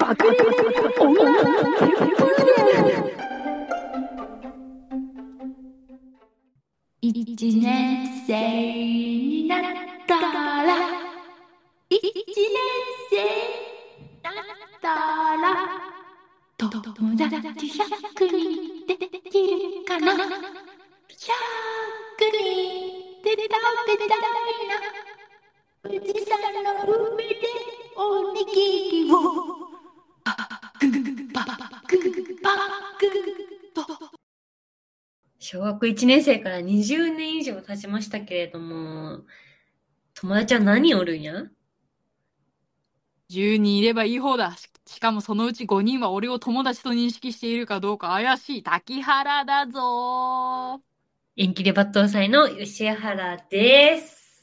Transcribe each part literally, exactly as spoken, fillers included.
隠れ女のテンプレ。 一年生になったら、一年生になったら、友達ひゃくにんできるかな。ひゃくにんで食べたいな。富士山の上でおにぎりをパクッパクッパクッと。 小学いちねん生からにじゅうねん以上経ちましたけれども、友達は何人おるんや？ じゅうにんいればいい方だ。ししかもそのうちごにんは俺を友達と認識しているかどうか怪しい滝原だぞ。 縁切り抜刀祭の吉原です。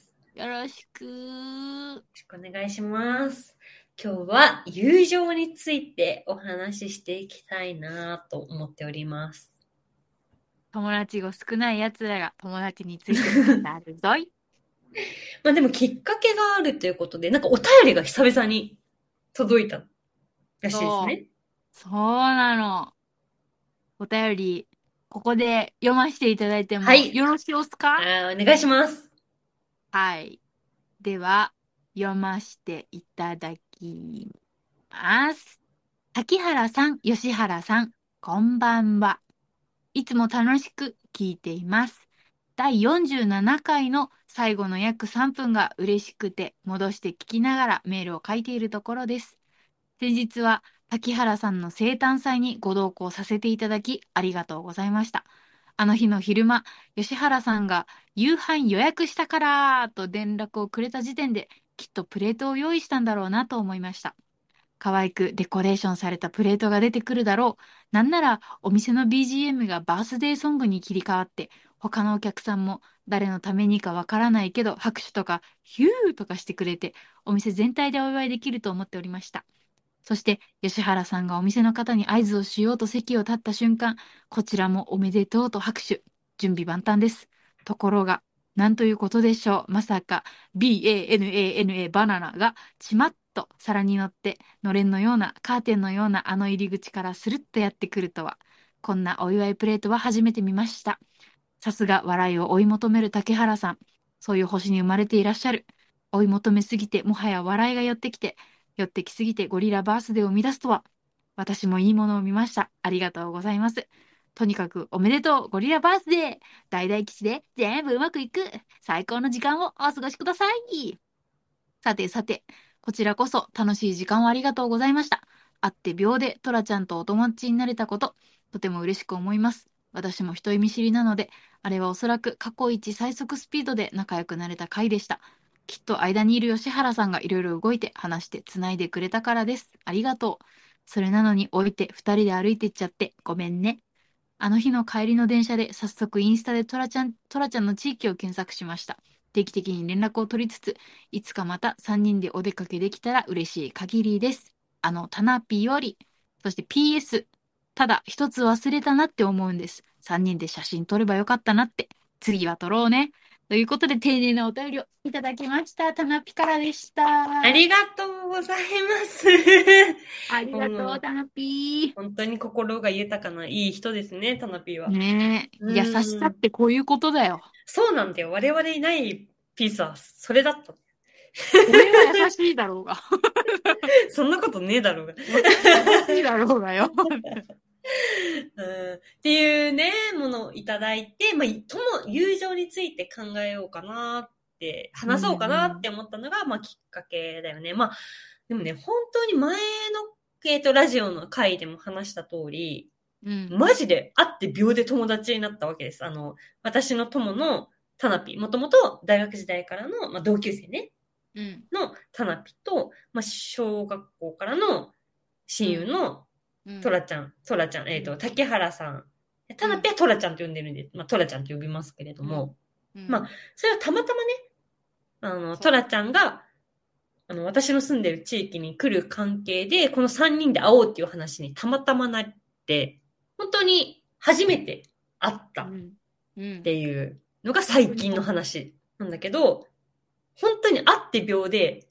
よろしく。 よろしくお願いします。今日は友情についてお話ししていきたいなと思っております。 友達が少ない奴らが友達について語るぞい。 まあでもきっかけがあるということで、なんかお便りが久々に届いたらしいですね。 そうなの。お便り、ここで読ませていただいてもはいよろしいですか？ あーお願いします。 はい。では、読ませていただきます。滝原さん、吉原さん、こんばんは。いつも楽しく聞いています。だいよんじゅうななかいの最後の約さんぷんが嬉しくて戻して聞きながらメールを書いているところです。先日は滝原さんの生誕祭にご同行させていただきありがとうございました。あの日の昼間、吉原さんが夕飯予約したからと連絡をくれた時点できっとプレートを用意したんだろうなと思いました。可愛くデコレーションされたプレートが出てくるだろう。なんならお店の ビージーエム がバースデーソングに切り替わって、他のお客さんも誰のためにかわからないけど拍手とかヒューとかしてくれて、お店全体でお祝いできると思っておりました。そして吉原さんがお店の方に合図をしようと席を立った瞬間、こちらもおめでとうと拍手。準備万端です。ところが、なんということでしょう。まさか バナナ バナナがちまっと皿に乗ってのれんのようなカーテンのようなあの入り口からスルッとやってくるとは、こんなお祝いプレートは初めて見ました。さすが笑いを追い求める竹原さん。そういう星に生まれていらっしゃる。追い求めすぎてもはや笑いが寄ってきて、寄ってきすぎてゴリラバースデーを生み出すとは。私もいいものを見ました。ありがとうございます。とにかくおめでとうゴリラバースデー。大々吉で全部うまくいく。最高の時間をお過ごしください。さてさて、こちらこそ楽しい時間をありがとうございました。会って秒でトラちゃんとお友達になれたこと、とても嬉しく思います。私も人見知りなので、あれはおそらく過去一最速スピードで仲良くなれた回でした。きっと間にいる吉原さんがいろいろ動いて話してつないでくれたからです。ありがとう。それなのに置いて二人で歩いてっちゃってごめんね。あの日の帰りの電車で早速インスタでトラちゃん、トラちゃんの地域を検索しました。定期的に連絡を取りつつ、いつかまたさんにんでお出かけできたら嬉しい限りです。あの、タナピより、そして ピーエス、ただ一つ忘れたなって思うんです。さんにんで写真撮ればよかったなって。次は撮ろうね。ということで、丁寧なお便りをいただきました。タナピからでした。 ありがとうございます。 ありがとうんう、タナピ本当に心が豊かないい人ですね、タナピーは。 ねえ、 うん優しさってこういうことだよ。 そうなんだよ。我々いないピースはそれだった。 俺は優しいだろうが。 そんなことねえだろうが。 優しいだろうがよ。 うんっていうね、ものをいただいて、まあ、とも、友情について考えようかなって、話そうかなって思ったのが、まあ、きっかけだよね。まあ、でもね、本当に前の、えっと、ラジオの回でも話した通り、 うん、 マジで会って秒で友達になったわけです。あの、私の友のタナピ、もともと大学時代からの、まあ、同級生ね、 うん、 のタナピと、まあ、小学校からの親友のトラちゃん、トラちゃん、えっと、竹原さん。タナピはトラちゃんと呼んでるんで、まあ、トラちゃんと呼びますけれども、 うん、 まあ、それはたまたまね、あの、トラちゃんが、あの、私の住んでる地域に来る関係で、このさんにんで会おうっていう話にたまたまなって、本当に初めて会ったっていうのが最近の話なんだけど、本当に会って秒で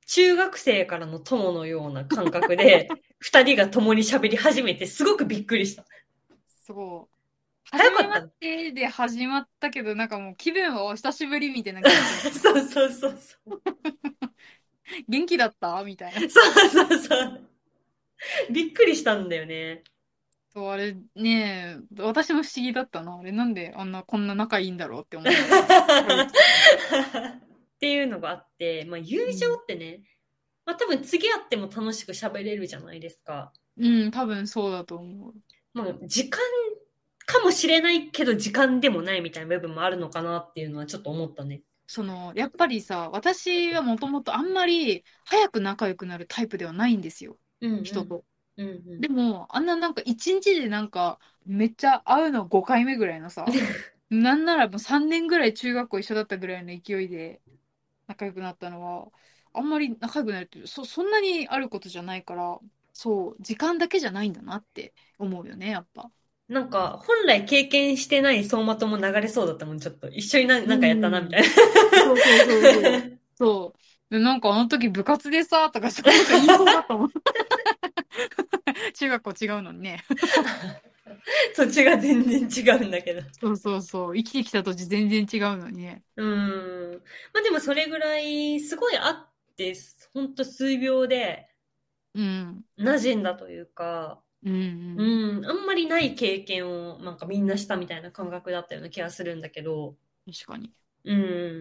中学生からの友のような感覚で、二人が共に喋り始めて、すごくびっくりした。 そう。 早かった初めましてで始まったけど、なんかもう気分はお久しぶりみたいな感じ。 そうそうそうそう。 元気だったみたいな。 そうそうそう。びっくりしたんだよね。 そう、あれね、私も不思議だったな。あれなんであんな、こんな仲いいんだろうって思いながら。 っていうのがあって、まあ友情ってね、まあ多分次会っても楽しく喋れるじゃないですか。 うん、多分そうだと思う。 まあ時間かもしれないけど時間でもないみたいな部分もあるのかなっていうのはちょっと思ったね。 その、やっぱりさ、私はもともとあんまり早く仲良くなるタイプではないんですよ。 うんうん、 人と。 うんうん、 でも、あんななんか一日でなんかめっちゃ会うのごかいめぐらいのさ、なんならもうさんねんぐらい中学校一緒だったぐらいの勢いで仲良くなったのは、あんまり仲良くなるってそ、そんなにあることじゃないから、そう、時間だけじゃないんだなって思うよね、やっぱ。 なんか、本来経験してない走馬灯も流れそうだったもん、ちょっと。一緒にななんかやったな、みたいな。 そうそうそうそう。そう。で、なんかあの時部活でさ、とかそういうこと言いそうだったもん。中学校違うのにね。 土地が全然違うんだけど。 そうそうそう。生きてきた土地全然違うのにね。 うーん。まあでもそれぐらい、すごいあって、ほんと数秒でうん。 馴染んだというか、 うんう。 うんん、あんまりない経験をなんかみんなしたみたいな感覚だったような気がするんだけど、 確かに。 うん。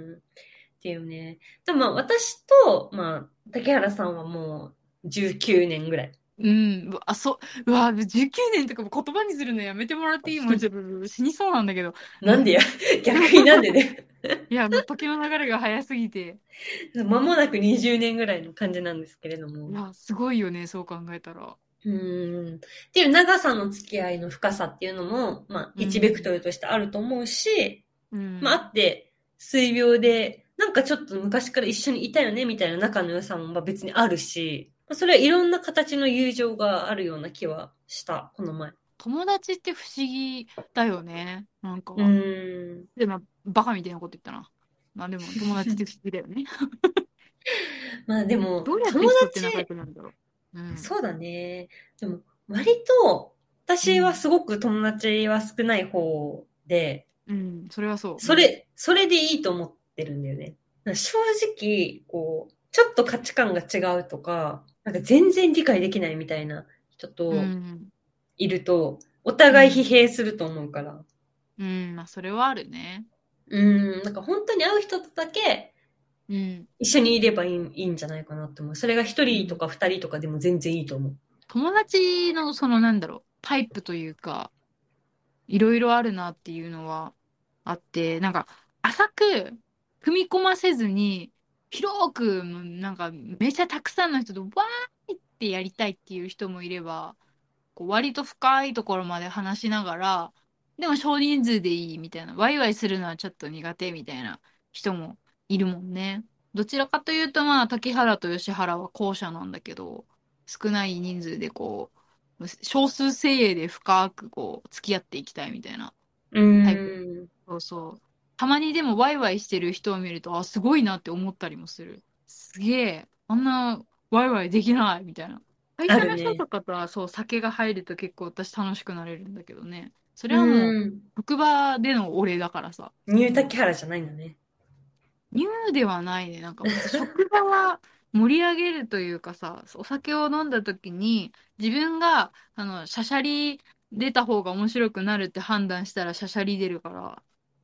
っていうね。でもまあ私と、まあ、竹原さんはもうじゅうきゅうねんぐらい。 うん。うわあ、そう。うわ、じゅうきゅうねんとかも言葉にするのやめてもらっていいもん。ちょっと死にそうなんだけど。 なんでや逆になんでね。 いや、もう時の流れが早すぎて。 間もなくにじゅうねんぐらいの感じなんですけれども。 いや、すごいよね、そう考えたら。 うーん。っていう長さの付き合いの深さっていうのも、まあ、一ベクトルとしてあると思うし、 うん。 まあ、あって、数秒で、なんかちょっと昔から一緒にいたよね、みたいな仲の良さもまあ別にあるし、まあそれはいろんな形の友情があるような気はした、この前。 友達って不思議だよね。なんか。 うーん。 でも、バカみたいなこと言ったな。まあでも、友達って不思議だよね。 まあでも、 どうやって友人って仲良達、 くなるんだろう。うん。 そうだね。でも、割と、私はすごく友達は少ない方で、 うん、それはそう。 それ、それでいいと思ってるんだよね。正直、こう、ちょっと価値観が違うとか、なんか全然理解できないみたいな人うとん。 いると、お互い疲弊すると思うから。 うん、まあそれはあるね。 うん、なんか本当に会う人とだけうん。 一緒にいればいい、いいんじゃないかなって思う。それが一人とか二人とかでも全然いいと思う。 友達のそのなんだろう、タイプというか、いろいろあるなっていうのはあって、なんか浅く踏み込ませずに、広く、なんかめちゃたくさんの人とわーいってやりたいっていう人もいれば、こう割と深いところまで話しながら、でも少人数でいいみたいな、ワイワイするのはちょっと苦手みたいな人もいるもんね。どちらかというと、まあ、竹原と吉原は後者なんだけど、少ない人数でこう、少数精鋭で深くこう、付き合っていきたいみたいなうタイプ。 ーん。 そうそう。たまにでもワイワイしてる人を見ると、あ、すごいなって思ったりもする。すげえ、あんなワイワイできないみたいな。会社の人あるね。 とかとはそう、酒が入ると結構私楽しくなれるんだけどね。そうれはもう、 ーん。 職場での俺だからさ。 ニュータキハラじゃないんだね。 ニューではないね。なんか、職場は盛り上げるというかさ、お酒を飲んだ時に、自分が、あの、しゃしゃり出た方が面白くなるって判断したらしゃしゃり出るから。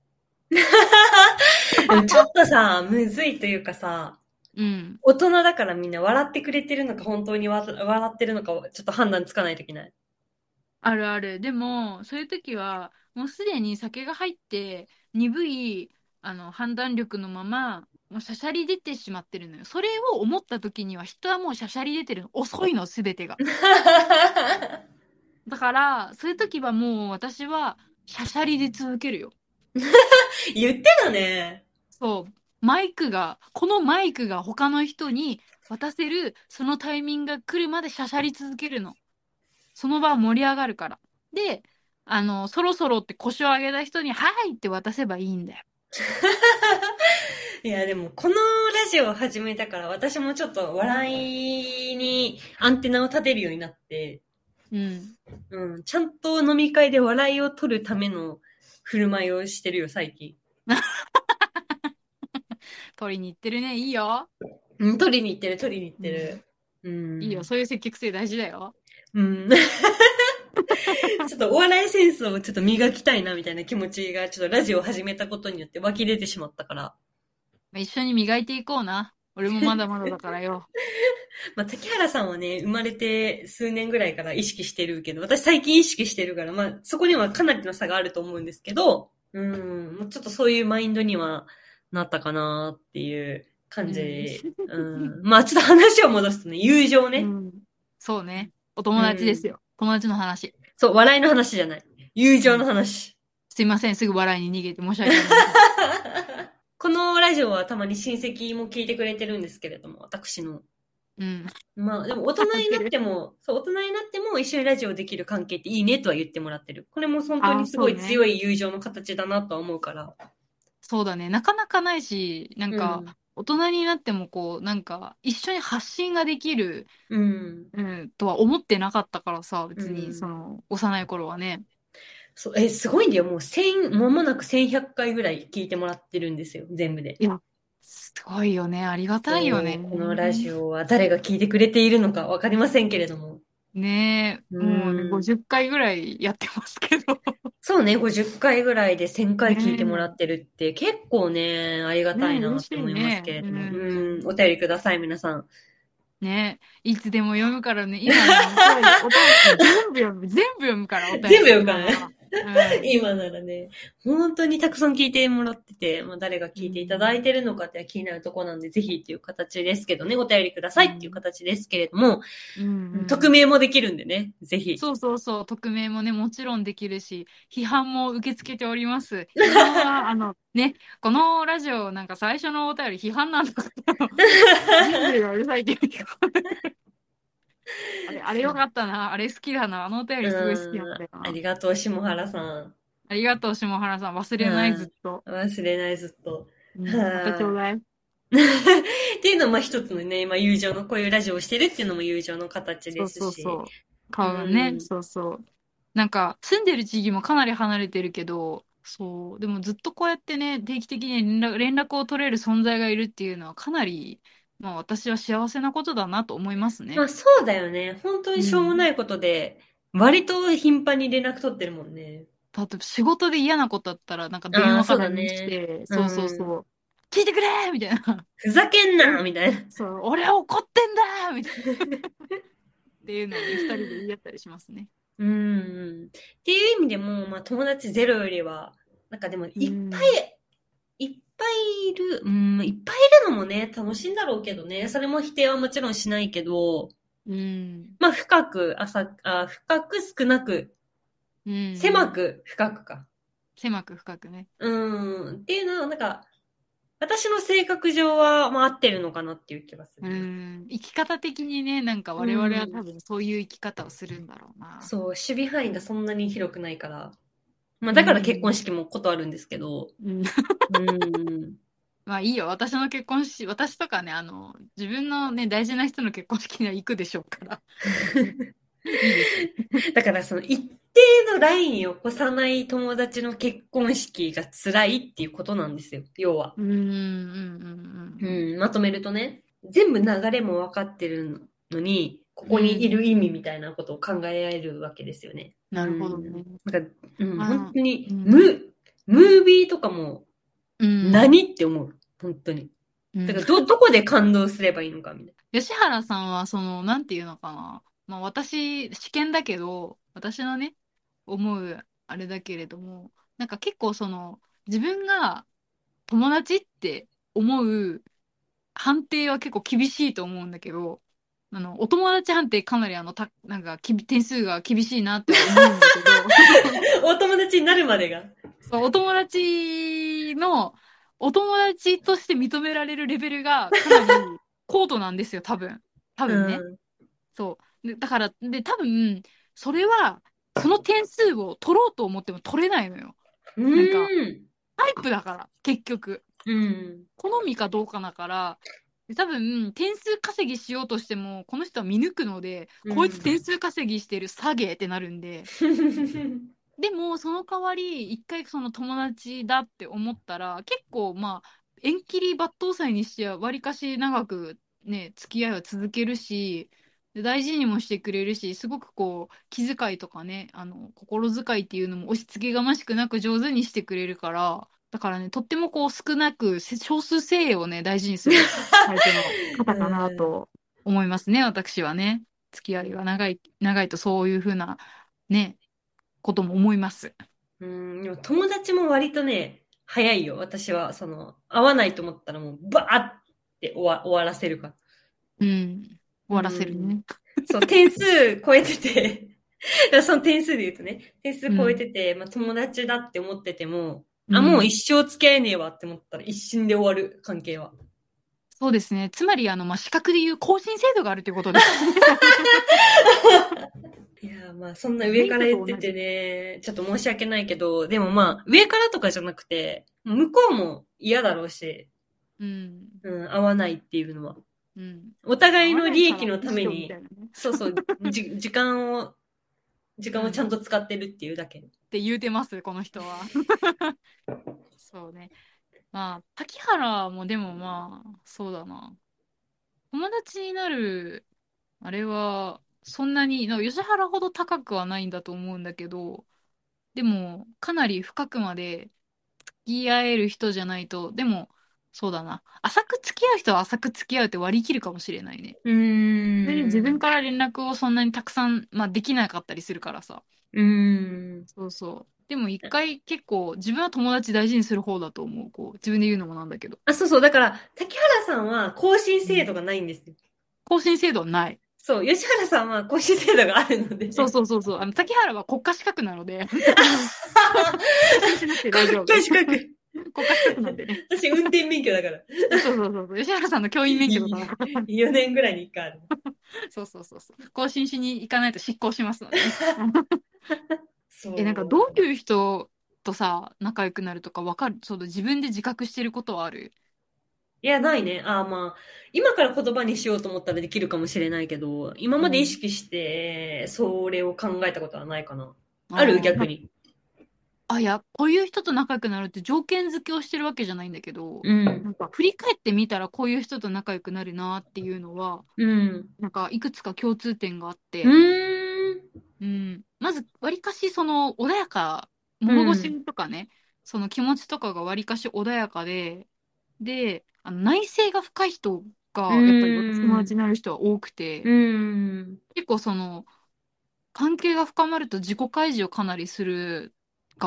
でもちょっとさ、むずいというかさ、 うん。 大人だからみんな笑ってくれてるのか本当にわ笑ってるのかをちょっと判断つかないといけない。 あるある。でも、そういう時は、もうすでに酒が入って、鈍い、あの、判断力のまま、もうしゃしゃり出てしまってるのよ。それを思った時には、人はもうしゃしゃり出てるの。遅いの、すべてが。だから、そういう時はもう私は、しゃしゃり出続けるよ。 言ってたね。 そう。マイクが、このマイクが他の人に渡せる、そのタイミングが来るまでしゃしゃり続けるの。その場は盛り上がるから。で、あの、そろそろって腰を上げた人に、はいって渡せばいいんだよ。 いや、でも、このラジオを始めたから、私もちょっと笑いにアンテナを立てるようになって、 うん。 うん、ちゃんと飲み会で笑いを取るための振る舞いをしてるよ、最近。 取りに行ってるね。いいよ。 うん、取りに行ってる、取りに行ってる。うん。 いいよ。そういう積極性大事だよ。 うん。ちょっとお笑いセンスをちょっと磨きたいなみたいな気持ちがちょっとラジオを始めたことによって湧き出てしまったから。 まあ一緒に磨いていこうな。俺もまだまだだからよ。 まあ、竹原さんはね、生まれて数年ぐらいから意識してるけど、私最近意識してるから、まあ、そこにはかなりの差があると思うんですけど、うん、もうちょっとそういうマインドにはなったかなっていう感じ。うん、まあ、ちょっと話を戻すとね、友情ね。 うん、そうね。お友達ですよ。友達の話。 そう、笑いの話じゃない。友情の話。 すいません、すぐ笑いに逃げて申し訳ありません。 このラジオはたまに親戚も聞いてくれてるんですけれども、私の。 うん。 まあ、でも大人になっても、そう、大人になっても一緒にラジオできる関係っていいねとは言ってもらってる。これも本当にすごい強い友情の形だなとは思うから。 そうだね。なかなかないし、なんか、 うん大人になってもこう、なんか、一緒に発信ができる、 うん。 うん、とは思ってなかったからさ、別に、 うんその、幼い頃はね。 そう、え、すごいんだよ。もう千、間もなくせんひゃっかいぐらい聞いてもらってるんですよ。全部で。 いや、すごいよね。ありがたいよね。 そうこのラジオは誰が聞いてくれているのかわかりませんけれども。 ねえ、もうね、 うんごじゅっかいぐらいやってますけど。 そうね、ごじゅっかいぐらいでせんかい聞いてもらねってるって、結構ね、ありがたいなねって思いますけれども。 嬉しいねうん、 うんお便りください、皆さん。 え、ねえ、いつでも読むからね。今ね、お便り、お便り全部読む、全部読むから、お便り。 全部読むからね今なら。うん今ならね、本当にたくさん聞いてもらってて、まあ、誰が聞いていただいてるのかって気になるところなんで、ぜひっていう形ですけどね、お便りくださいっていう形ですけれども、 うんうん匿名もできるんでね、ぜひ。 そうそうそう、匿名もね、もちろんできるし、批判も受け付けております。批判は、あの、ね、このラジオ、なんか最初のお便り批判なんだから、人類がうるさいっていうあれ、あれよかったな、あれ好きだな、あのお便りすごい好きなんだようんあな。 りがとう、下原さん。 ありがとう、下原さん。忘れない、ずっと。 忘れない、ずっと。 うん、またちょうだい。 っていうのは、まあ一つのね、まあ友情の、こういうラジオをしてるっていうのも友情の形そうですし。 そうそう。顔がね、 うんそうそう。なんか、住んでる地域もかなり離れてるけど、そう、でもずっとこうやってね、定期的に連絡、連絡を取れる存在がいるっていうのはかなり、まあ私は幸せなことだなと思いますね。 まあそうだよね。本当にしょうもないことで、割と頻繁に連絡取ってるもんね。 例えば仕事で嫌なことだったら、なんか電話かあーそうだらにしねて、そうそううんそう。聞いてくれみたいな。 ふざけんなみたいな。 そう、俺は怒ってんだみたいな。っていうのをね、二人で言い合ったりしますね。 うんうん。っていう意味でも、まあ友達ゼロよりは、なんかでもいっぱい、 うんいっぱいいる、うん、いっぱいいるのもね、楽しいんだろうけどね。それも否定はもちろんしないけど、 うん。 まあ深く、浅く、あ深く少なく、 うん。 狭く深くか。 狭く深くね。 うん。っていうのは、なんか、私の性格上は、まあ合ってるのかなっていう気がすうる。 ん。生き方的にね、なんか我々は多分そういう生き方をするんだろうな。 そう、守備範囲がそんなに広くないから。まあだから結婚式も断るんですけど。 うん。 うん。 まあいいよ。私の結婚式、私とかね、あの、自分のね、大事な人の結婚式には行くでしょうから。いいですよ。 だからその一定のラインを越さない友達の結婚式が辛いっていうことなんですよ。要は。 うん、うん、うん、うん。 うん、まとめるとね。全部流れも分かってるのに、ここにいる意味みたいなことを考えられるわけですよね。 なるほどね。 うん、なんか、うん、 あ本当に、 うんム、ムービーとかも、 うん。 何って思う。本当に。 うんだからど、どこで感動すればいいのかみたい吉原さんは、その、なんていうのかな。まあ私、試験だけど、私のね、思う、あれだけれども、なんか結構その、自分が友達って思う判定は結構厳しいと思うんだけど、あの、お友達判定かなりあの、た、なんか、きび点数が厳しいなって思うんだけど、 な。お友達になるまでが。 そう、お友達の、お友達として認められるレベルがかなり高度なんですよ、多分。多分ね。 うんそう。でだから、で、多分、それは、その点数を取ろうと思っても取れないのよ。 うなんかーん。 タイプだから、結局。 うん。 好みかどうかだから、で多分、点数稼ぎしようとしても、この人は見抜くので、 うんこいつ点数稼ぎしてる、下げってなるんで、でも、その代わり、一回その友達だって思ったら、結構まあ、縁切り抜刀斎にしては、わりかし長くね、付き合いは続けるし、で大事にもしてくれるし、すごくこう、気遣いとかね、あの、心遣いっていうのも押し付けがましくなく上手にしてくれるから、だからね、とってもこう、少なく、せ少数精鋭をね、大事にするタイプの方かなと思いますね、私はね。付き合いが長い、長いとそういうふうな、ね、ことも思います。 うん、でも友達も割とね、早いよ。私は、その、合わないと思ったらもう、バーって終わ終わらせるから。 うん。終わらせるね。 そう、点数超えてて、その点数で言うとね、点数超えうん。 てて、まあ友達だって思ってても、 うあ、もうん。 一生付き合えねえわって思ったら一瞬で終わる、関係は。 そうですね。つまり、あの、まあ、資格でいう更新制度があるということですね。 いやーまあそんな上から言っててね、ちょっと申し訳ないけど、でもまあ上からとかじゃなくて、向こうも嫌だろうし、 うん。 うん、合わないっていうのは。 うん。 お互い合わの利益ないからのためにいいっしょみた、いなね。 そうそう、じ、時間を、時間をちゃんと使ってるっていうだけ。 って言うてます、この人は。そうね。まあ、滝原もでもまあ、そうだな。友達になる、あれは、そんなに、なんか吉原ほど高くはないんだと思うんだけど、でも、かなり深くまで付き合える人じゃないと、でも、そうだな。浅く付き合う人は浅く付き合うって割り切るかもしれないね。 うーん。 で自分から連絡をそんなにたくさん、まあ、できなかったりするからさ。 うーん。 そうそう。でも一回結構自分は友達大事にする方だと思う。こう、自分で言うのもなんだけど。 あ、そうそう。だから、竹原さんは更新制度がないんですよ。 更新制度はない。 そう、吉原さんは更新制度があるので。 そうそうそうそう。あの、竹原は国家資格なので、更新しなくて大丈夫。 国家資格。 国家資格なんでね。 私、運転免許だから。 そうそうそうそう。吉原さんの教員免許だから。 よねんぐらいにいっかいある。 そうそうそうそう。更新しに行かないと失効しますのでね。 そう。 え、なんかどういう人とさ、仲良くなるとかわかる、そうだ、自分で自覚してることはある？ いや、ないね。あまあ、今から言葉にしようと思ったらできるかもしれないけど、今まで意識して、それを考えたことはないかな。あるー逆に。 あ、いや、こういう人と仲良くなるって条件付けをしてるわけじゃないんだけど、 うん。 なんか振り返ってみたらこういう人と仲良くなるなっていうのは、 うん。 なんかいくつか共通点があっうて、 ーん。 うん、まず、わりかしその穏やか、物腰とかね、その気持ちとかがわりかし穏やかで、で、あの内省が深い人が、やっぱり私友達になる人は多くて、 うん。 結構その、関係が深まると自己開示をかなりするから、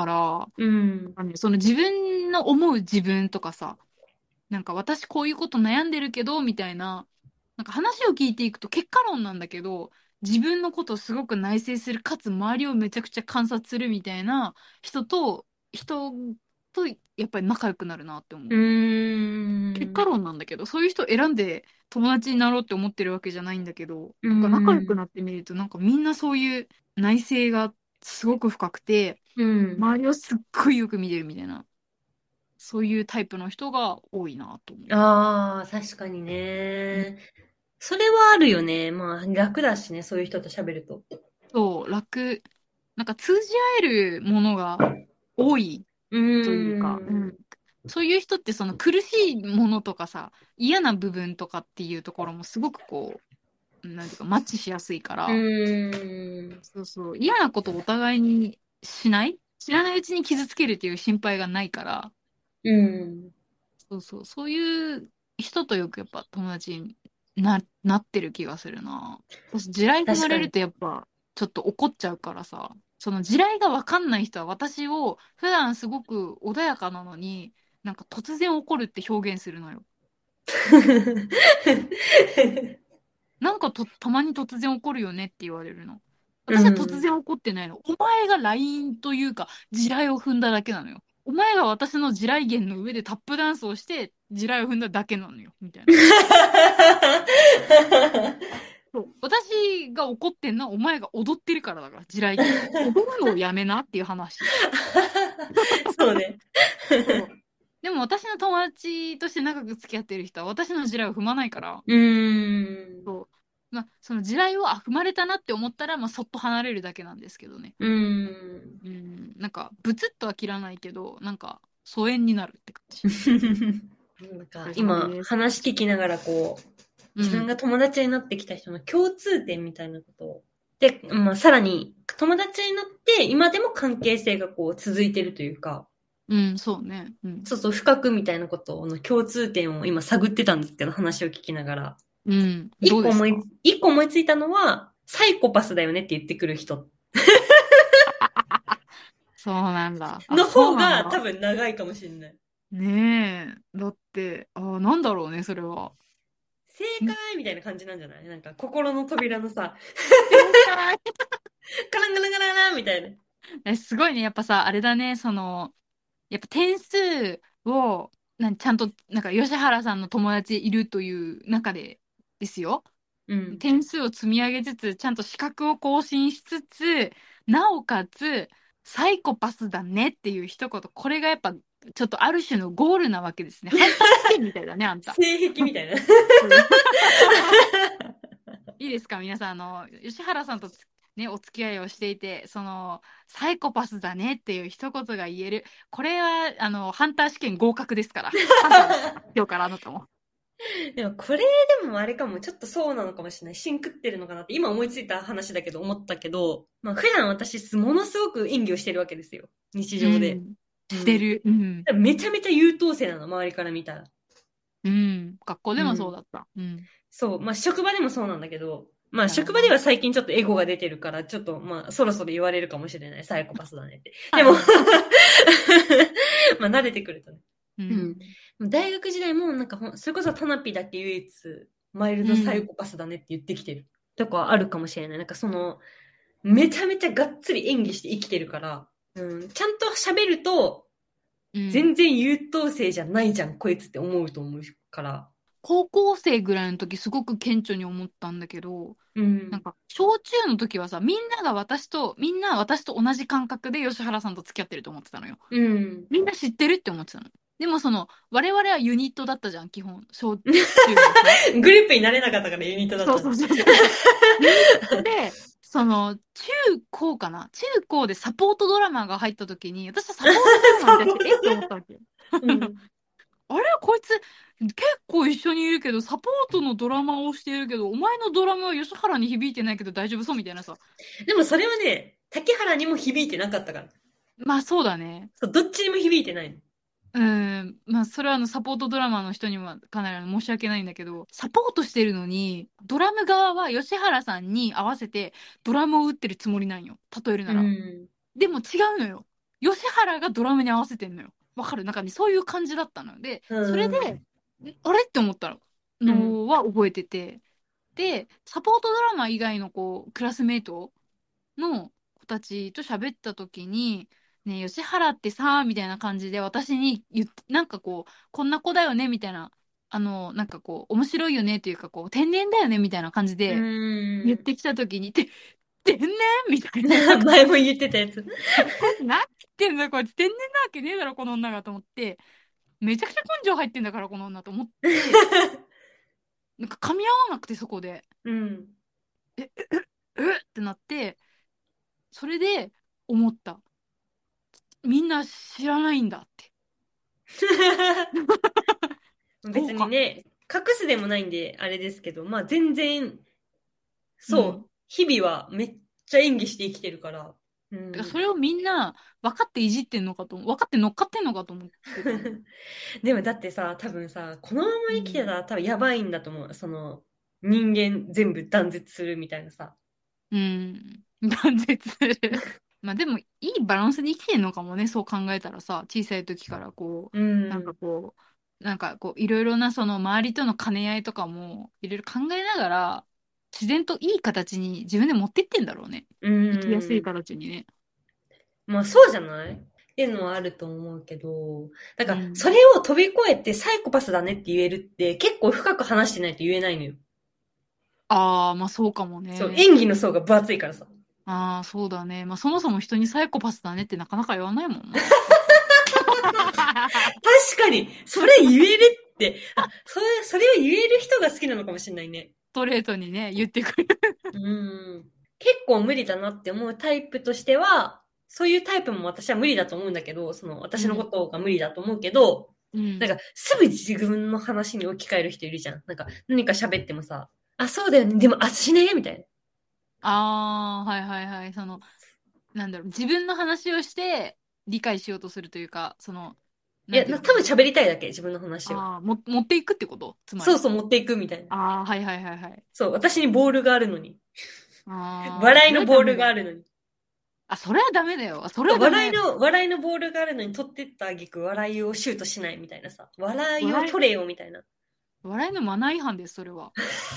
うん。 あのその自分の思う自分とかさ、なんか私こういうこと悩んでるけど、みたいな、なんか話を聞いていくと結果論なんだけど、自分のことをすごく内省する、かつ周りをめちゃくちゃ観察するみたいな人と、人とやっぱり仲良くなるなって思う。 うん。 結果論なんだけど、そういう人選んで友達になろうって思ってるわけじゃないんだけど、なんか仲良くなってみると、なんかみんなそういう内省がすごく深くて、 うん。 周りをすっごいよく見てるみたいな、そういうタイプの人が多いなと思う。 ああ、確かにね。それはあるよね。まあ、楽だしね、そういう人と喋ると。 そう、楽。なんか通じ合えるものが多いというか、 うん。 そういう人ってその苦しいものとかさ、嫌な部分とかっていうところもすごくこう、なんていうかマッチしやすいから、 うん。 そうそう、嫌なことをお互いにしない知らないうちに傷つけるっていう心配がないから、 うん。 そうそう、そういう人とよくやっぱ友達にな、なってる気がするな。私、地雷踏まれるとやっぱちょっと怒っちゃうからさ、その地雷がわかんない人は私を普段すごく穏やかなのに、なんか突然怒るって表現するのよ。なんかと、たまに突然怒るよねって言われるの。私は突然怒ってないの。お前が ライン というか、地雷を踏んだだけなのよ。お前が私の地雷原の上でタップダンスをして、地雷を踏んだだけなのよ。みたいな。そう私が怒ってんのはお前が踊ってるからだから、地雷原。踊るのをやめなっていう話。 そうね。 そうでも私の友達として長く付き合ってる人は私の地雷を踏まないから、 うーん。 そう。まあ、その地雷を、あ、踏まれたなって思ったら、まあ、そっと離れるだけなんですけどね。 うーん。 うん、なんか、ブツッとは切らないけど、なんか、疎遠になるって感じ。 なんかお疲れ様今です話聞きながらこう、自分が友達になってきた人の共通点みたいなことを。で、まあさらに友達になって今でも関係性がこう続いてるというか、 うん、うん、そうね。うん。 そうそう深くみたいなことの共通点を今探ってたんですけど、話を聞きながら。 うん。 一どうですか？ 個思い、一個思いついたのは、サイコパスだよねって言ってくる人そうなんだ。あ、 のそう方なんだ。 が多分長いかもしれない。 ねえ。だって、あ、なんだろうね、それは。 正解みたいな感じなんじゃない？なんか心の扉のさ、 正解。 カランガランガランガランみたいな。 え、すごいね。やっぱさ、あれだね、その、やっぱ点数を、なんちゃんと、なんか、吉原さんの友達いるという中でですよ。 うん。 点数を積み上げつつ、ちゃんと資格を更新しつつ、なおかつ、サイコパスだねっていう一言、これがやっぱ、ちょっとある種のゴールなわけですね。反対試験みたいだね、あんた。 性癖みたいな。 いいですか、皆さん、あの、吉原さんとつね、お付き合いをしていて、その、サイコパスだねっていう一言が言える。これは、あの、ハンター試験合格ですから。ハンターですから今日からあなたも。 でもこれでもあれかも、ちょっとそうなのかもしれない。芯食ってるのかなって、今思いついた話だけど思ったけど、まあ普段私、ものすごく演技をしてるわけですよ。日常で。 うん、してる。うん。 うん、めちゃめちゃ優等生なの、周りから見たら。 うん。学校でもそううん、 だった。うん。 そう。まあ職場でもそうなんだけど、まあなるほど職場では最近ちょっとエゴが出てるから、ちょっとまあそろそろ言われるかもしれない。サイコパスだねって。でも、まあ慣れてくるとね。 ううんん。大学時代もなんかほん、それこそタナピだけ唯一、マイルドサイコパスだねって言ってきてる。とかあるかもしれない。なんかその、めちゃめちゃがっつり演技して生きてるから、うん、ちゃんと喋ると、 うん全然優等生じゃないじゃん、こいつって思うと思うから。 高校生ぐらいの時すごく顕著に思ったんだけど、 うんなん。か小中の時はさ、みんなが私と、みんな私と同じ感覚で吉原さんと付き合ってると思ってたのよ。 うん。 みんな知ってるって思ってたの。でもその、我々はユニットだったじゃん、基本。小中はさ。 グループになれなかったからユニットだったそうんだ。 そうそうそう。ユニットで、その、中高かな中高でサポートドラマが入った時に、私はサポートドラマ見て、えって思ったわけよ。 うんあれこいつ、結構一緒にいるけど、サポートのドラマをしているけど、お前のドラマは吉原に響いてないけど大丈夫そうみたいなさ。 でもそれはね、竹原にも響いてなかったから。 まあそうだね。 そうどっちにも響いてないの。 うん。まあそれはあのサポートドラマの人にはかなりあの申し訳ないんだけど、サポートしてるのに、ドラム側は吉原さんに合わせてドラムを打ってるつもりなんよ。例えるなら。 ん。 でも違うのよ。吉原がドラムに合わせてんのよ。わかるなんかね、そういう感じだったので、 うん。 それで、あれって思ったのは覚えてて、で、サポートドラマ以外のこう、クラスメイトの子たちと喋った時に、ねえ、吉原ってさ、みたいな感じで私に言って、なんかこう、こんな子だよね、みたいな、あの、なんかこう、面白いよね、というか、こう、天然だよね、みたいな感じうでん。 言ってきた時に、て、天然みたいな。 前も言ってたやつ。 こいつ何言ってんだよ、こいつ天然なわけねえだろ、この女がと思って、めちゃくちゃ根性入ってんだから、この女と思って、なんか噛み合わなくて、そこで。 うん。 え、え、え、えってなって、それで思った。みんな知らないんだって。 別にね、隠すでもないんで、あれですけど、まあ全然、そう、 うん日々はめっちゃ演技して生きてるから。うんだからそれをみんな分かっていじってんのかと、分かって乗っかってんのかと思ってたの。 でもだってさ、多分さ、このまま生きてたら多分やばいんだと思う。その、人間全部断絶するみたいなさ。 うん。断絶する。まあでも、いいバランスで生きてんのかもね、そう考えたらさ、小さい時からこうう、 ん。 なんかこう、なんかこう、いろいろなその周りとの兼ね合いとかも、いろいろ考えながら、自然といい形に自分で持ってってんだろうね。 うん。 生きやすい形にね。 まあそうじゃないっていうのはあると思うけど、だからうんそれを飛び越えてサイコパスだねって言えるって結構深く話してないと言えないのよ。 ああ、まあそうかもね。 そう、演技の層が分厚いからさ。 ああ、そうだね。まあそもそも人にサイコパスだねってなかなか言わないもんな。 かに、それ言えるって、あ、それ、それを言える人が好きなのかもしれないね。 ストレートにね、言ってくる。 うん。結構無理だなって思うタイプとしては、そういうタイプも私は無理だと思うんだけど、その私のことが無理だと思うけど、 うん。 なんかすぐ自分の話に置き換える人いるじゃん。なんか何か喋ってもさ、あ、そうだよね、でも私ね、みたいな。 ああ、はいはいはい。その、なんだろう、自分の話をして理解しようとするというか、その、 いや、 なんていうのか多分喋りたいだけ、自分の話を。 な。ああ、も、持っていくってことつまり。 そうそう、持っていくみたいな。 ああ、はいはいはいはい。 そう、私にボールがあるのに。 ああ、 笑いそれのボールはダメだよ。 があるのに。 あ、それはダメだよ。それはダメ。 笑いの、笑いのボールがあるのに取ってった挙句、笑いをシュートしないみたいなさ。笑いを笑い、 取れよみたいな。 笑いのマナー違反です、それは。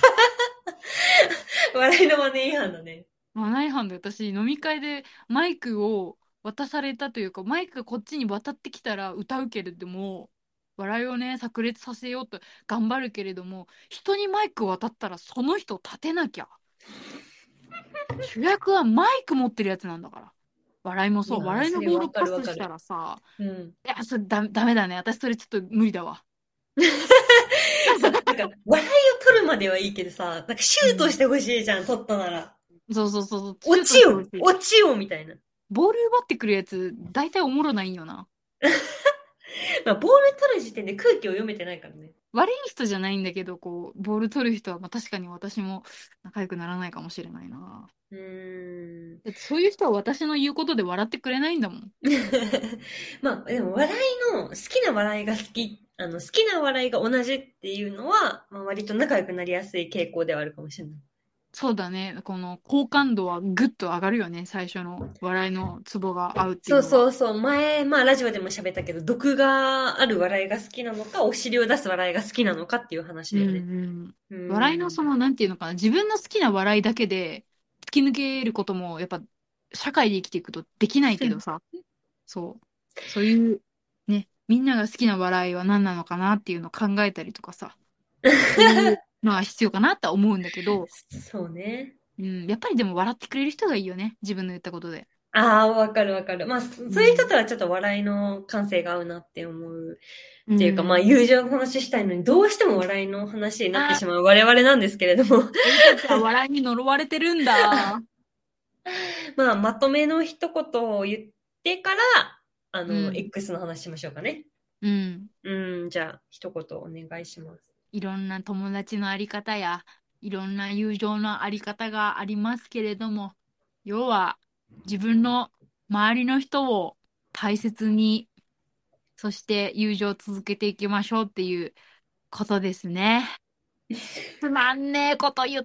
笑いのマネー違反だね。 マナー違反で私、飲み会でマイクを渡されたというか、マイクがこっちに渡ってきたら歌うけれども、笑いをね、炸裂させようと頑張るけれども、人にマイクを渡ったらその人を立てなきゃ。主役はマイク持ってるやつなんだから。笑いもそう。 いやー、 笑いのボールそれわかパスしたるわかる。 らさ、 うん。 いや、それダメ、ダメだね。私それちょっと無理だわ。 そう、なんか、笑いを取るまではいいけどさ、なんかシュートしてほしいじゃん、取ったなら。 そうそうそうそう。 落ちよシュートしてほしい落ちよみたいな。 ボール奪ってくるやつ、大体おもろないんよな。 まあ、ボール取る時点で空気を読めてないからね。 悪い人じゃないんだけど、こう、ボール取る人は、まあ、確かに私も仲良くならないかもしれないな。 うーん。 だってそういう人は私の言うことで笑ってくれないんだもん。 まあ、でも笑いの、好きな笑いが好き、あの、好きな笑いが同じっていうのは、まあ、割と仲良くなりやすい傾向ではあるかもしれない。 そうだね。この好感度はぐっと上がるよね。最初の笑いのツボが合うっていそううのは。 そうそう。前、まあ、ラジオでも喋ったけど、毒がある笑いが好きなのか、お尻を出す笑いが好きなのかっていう話うんだよね。 うん。 うん。 笑いのその、なんていうのかな。自分の好きな笑いだけで突き抜けることも、やっぱ、社会で生きていくとできないけどさ。そう。そういう、ね、みんなが好きな笑いは何なのかなっていうのを考えたりとかさ。そういうのは必要かなとは思うんだけど、 そうね。 うん、やっぱりでも笑ってくれる人がいいよね。自分の言ったことで。 ああ、わかるわかる。まあ、そそういう人とはちょっと笑いの感性が合うなって思う。 うん、 っていうか、まあ、友情の話したいのに、どうしても笑いの話になってあしまう我々なんですけれども。 俺たちは笑いに呪われてるんだ。 まあ、まとめの一言を言ってから、あの、 うん X の話しましょうかね。 うん。 うん、じゃあ、一言お願いします。 いろんな友達のあり方や、いろんな友情のあり方がありますけれども、要は自分の周りの人を大切に、そして友情を続けていきましょうっていうことですね。つまんねえこと言った、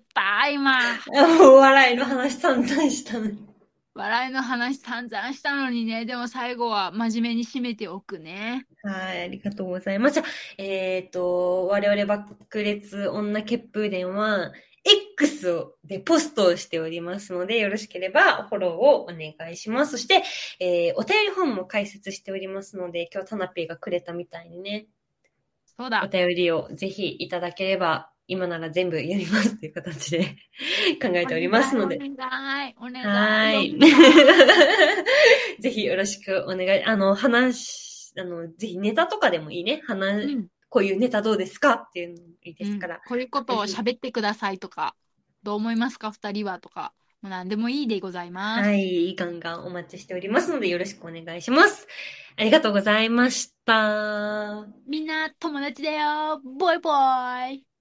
今。 お笑いの話散々したのに。 笑いの話散々したのにね、でも最後は真面目に締めておくね。 はい、ありがとうございます。じゃあ、えっ、と、我々爆裂女血風伝は、X をでポストをしておりますので、よろしければフォローをお願いします。そして、えーお便り本も開設しておりますので、今日タナピーがくれたみたいにね、おそうだ。 便りをぜひいただければ、今なら全部やりますという形で考えておりますので。 お願い、お願い、おは願い。 ーい。ぜひよろしくお願い。あの、話、あの、ぜひネタとかでもいいね。話、 うんこういうネタどうですかっていうのもいいですから。 うん、こういうことを喋ってくださいとか、どう思いますか、二人はとか、もう何でもいいでございます。 はい。ガンガンお待ちしておりますので、よろしくお願いします。ありがとうございました。 みんな友達だよ。ボイボイ。